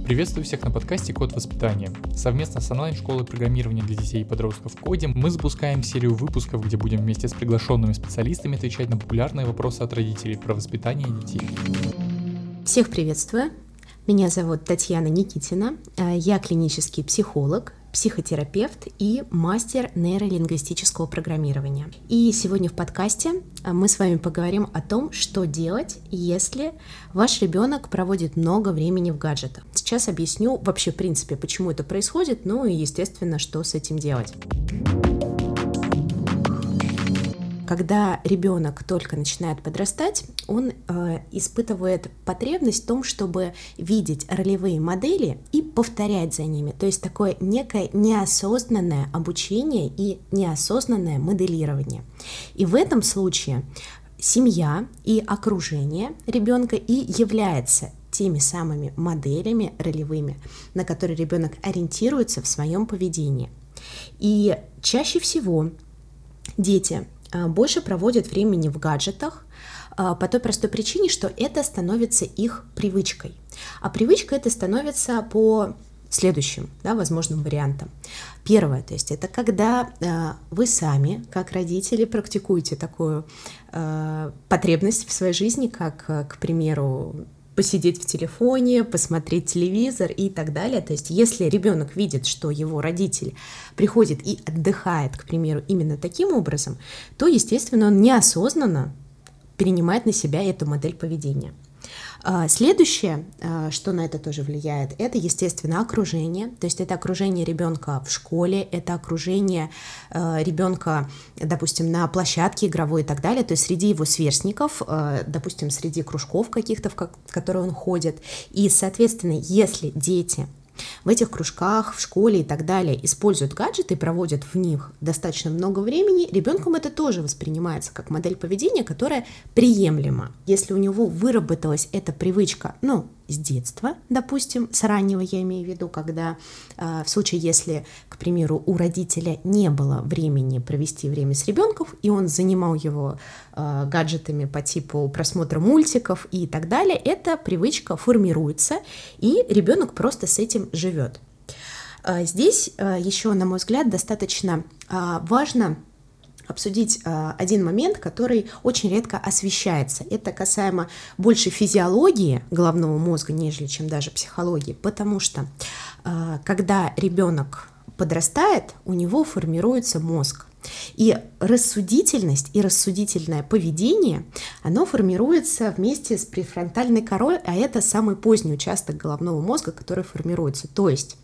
Приветствую всех на подкасте «Код воспитания». Совместно с онлайн-школой программирования для детей и подростков в Коде мы запускаем серию выпусков, где будем вместе с приглашенными специалистами отвечать на популярные вопросы от родителей про воспитание детей. Всех приветствую. Меня зовут Татьяна Никитина. Я клинический психолог, психотерапевт и мастер нейролингвистического программирования. И сегодня в подкасте мы с вами поговорим о том, что делать, если ваш ребенок проводит много времени в гаджетах. Сейчас объясню вообще в принципе, почему это происходит, ну и естественно, что с этим делать. Когда ребенок только начинает подрастать, он испытывает потребность в том, чтобы видеть ролевые модели и повторять за ними. То есть такое некое неосознанное обучение и неосознанное моделирование. И в этом случае семья и окружение ребенка и является теми самыми моделями ролевыми, на которые ребенок ориентируется в своем поведении. И чаще всего дети больше проводят времени в гаджетах по той простой причине, что это становится их привычкой. А привычка это становится по следующим, возможным вариантам. Первое, то есть это когда вы сами, как родители, практикуете такую потребность в своей жизни, как, к примеру, посидеть в телефоне, посмотреть телевизор и так далее. То есть если ребенок видит, что его родитель приходит и отдыхает, к примеру, именно таким образом, то, естественно, он неосознанно перенимает на себя эту модель поведения. Следующее, что на это тоже влияет, это, естественно, окружение. То есть это окружение ребенка в школе, это окружение ребенка, допустим, на площадке игровой и так далее. То есть среди его сверстников, допустим, среди кружков каких-то, в которые он ходит. И, соответственно, если дети в этих кружках, в школе и так далее используют гаджеты и проводят в них достаточно много времени, ребенком это тоже воспринимается как модель поведения, которая приемлема. Если у него выработалась эта привычка, с детства, допустим, с раннего я имею в виду, когда в случае, если, к примеру, у родителя не было времени провести время с ребенком, и он занимал его гаджетами по типу просмотра мультиков и так далее, эта привычка формируется, и ребенок просто с этим живет. Здесь еще, на мой взгляд, достаточно важно обсудить один момент, который очень редко освещается. Это касаемо больше физиологии головного мозга, нежели чем даже психологии, потому что когда ребенок подрастает, у него формируется мозг. И рассудительность и рассудительное поведение, оно формируется вместе с префронтальной корой, а это самый поздний участок головного мозга, который формируется. То есть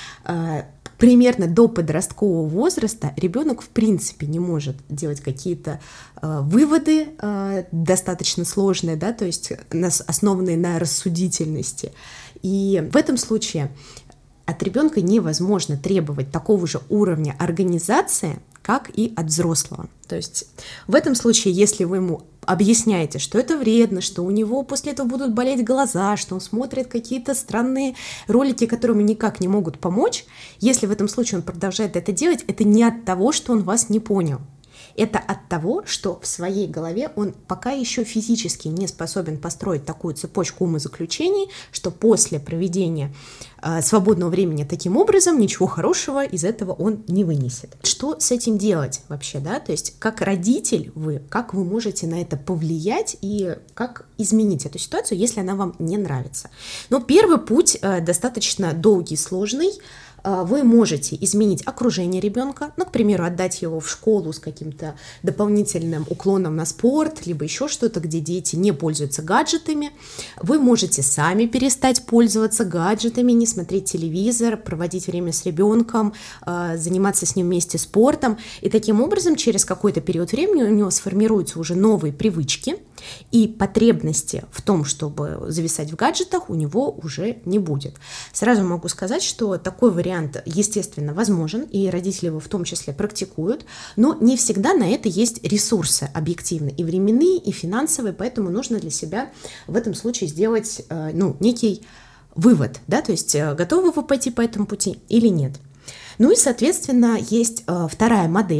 примерно до подросткового возраста ребенок в принципе не может делать какие-то выводы достаточно сложные, то есть основанные на рассудительности. И в этом случае от ребенка невозможно требовать такого же уровня организации, как и от взрослого. То есть в этом случае, если вы ему объясняете, что это вредно, что у него после этого будут болеть глаза, что он смотрит какие-то странные ролики, которые ему никак не могут помочь, если в этом случае он продолжает это делать, это не от того, что он вас не понял. Это от того, что в своей голове он пока еще физически не способен построить такую цепочку умозаключений, что после проведения свободного времени таким образом ничего хорошего из этого он не вынесет. Что с этим делать вообще, То есть как родитель как вы можете на это повлиять и как изменить эту ситуацию, если она вам не нравится? Первый путь достаточно долгий, сложный. Вы можете изменить окружение ребенка, к примеру, отдать его в школу с каким-то дополнительным уклоном на спорт, либо еще что-то, где дети не пользуются гаджетами. Вы можете сами перестать пользоваться гаджетами, не смотреть телевизор, проводить время с ребенком, заниматься с ним вместе спортом. И таким образом через какой-то период времени у него сформируются уже новые привычки, и потребности в том, чтобы зависать в гаджетах, у него уже не будет. Сразу могу сказать, что такой вариант, естественно, возможен, и родители его в том числе практикуют, но не всегда на это есть ресурсы объективно, и временные, и финансовые, поэтому нужно для себя в этом случае сделать некий вывод, то есть готовы вы пойти по этому пути или нет. И, соответственно, есть вторая модель,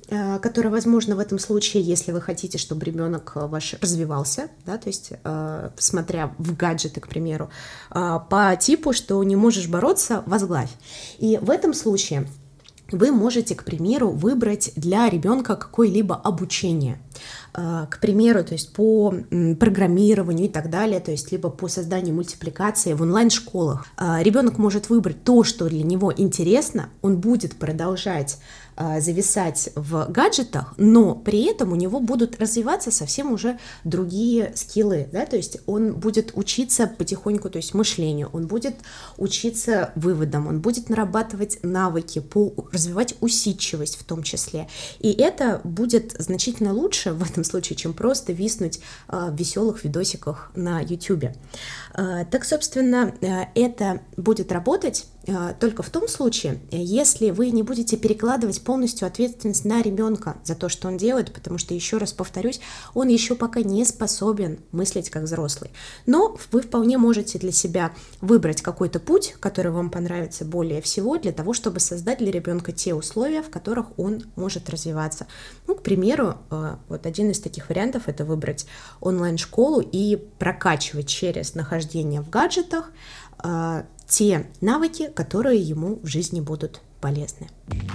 которое возможно в этом случае, если вы хотите, чтобы ребенок ваш развивался, да, то есть смотря в гаджеты, к примеру, по типу, что не можешь бороться, возглавь. И в этом случае вы можете, к примеру, выбрать для ребенка какое-либо обучение. К примеру, то есть по программированию и так далее, то есть либо по созданию мультипликации в онлайн-школах. Ребенок может выбрать то, что для него интересно, он будет продолжать зависать в гаджетах, но при этом у него будут развиваться совсем уже другие скиллы, да, то есть он будет учиться потихоньку, то есть мышлению, он будет учиться выводам, он будет нарабатывать навыки, развивать усидчивость в том числе, и это будет значительно лучше в этом случае, чем просто виснуть в веселых видосиках на YouTube. Так, собственно, это будет работать только в том случае, если вы не будете перекладывать полностью ответственность на ребенка за то, что он делает, потому что, еще раз повторюсь, он еще пока не способен мыслить как взрослый. Но вы вполне можете для себя выбрать какой-то путь, который вам понравится более всего, для того, чтобы создать для ребенка те условия, в которых он может развиваться. Ну, к примеру, вот один из таких вариантов — это выбрать онлайн-школу и прокачивать через нахождение в гаджетах те навыки, которые ему в жизни будут полезны.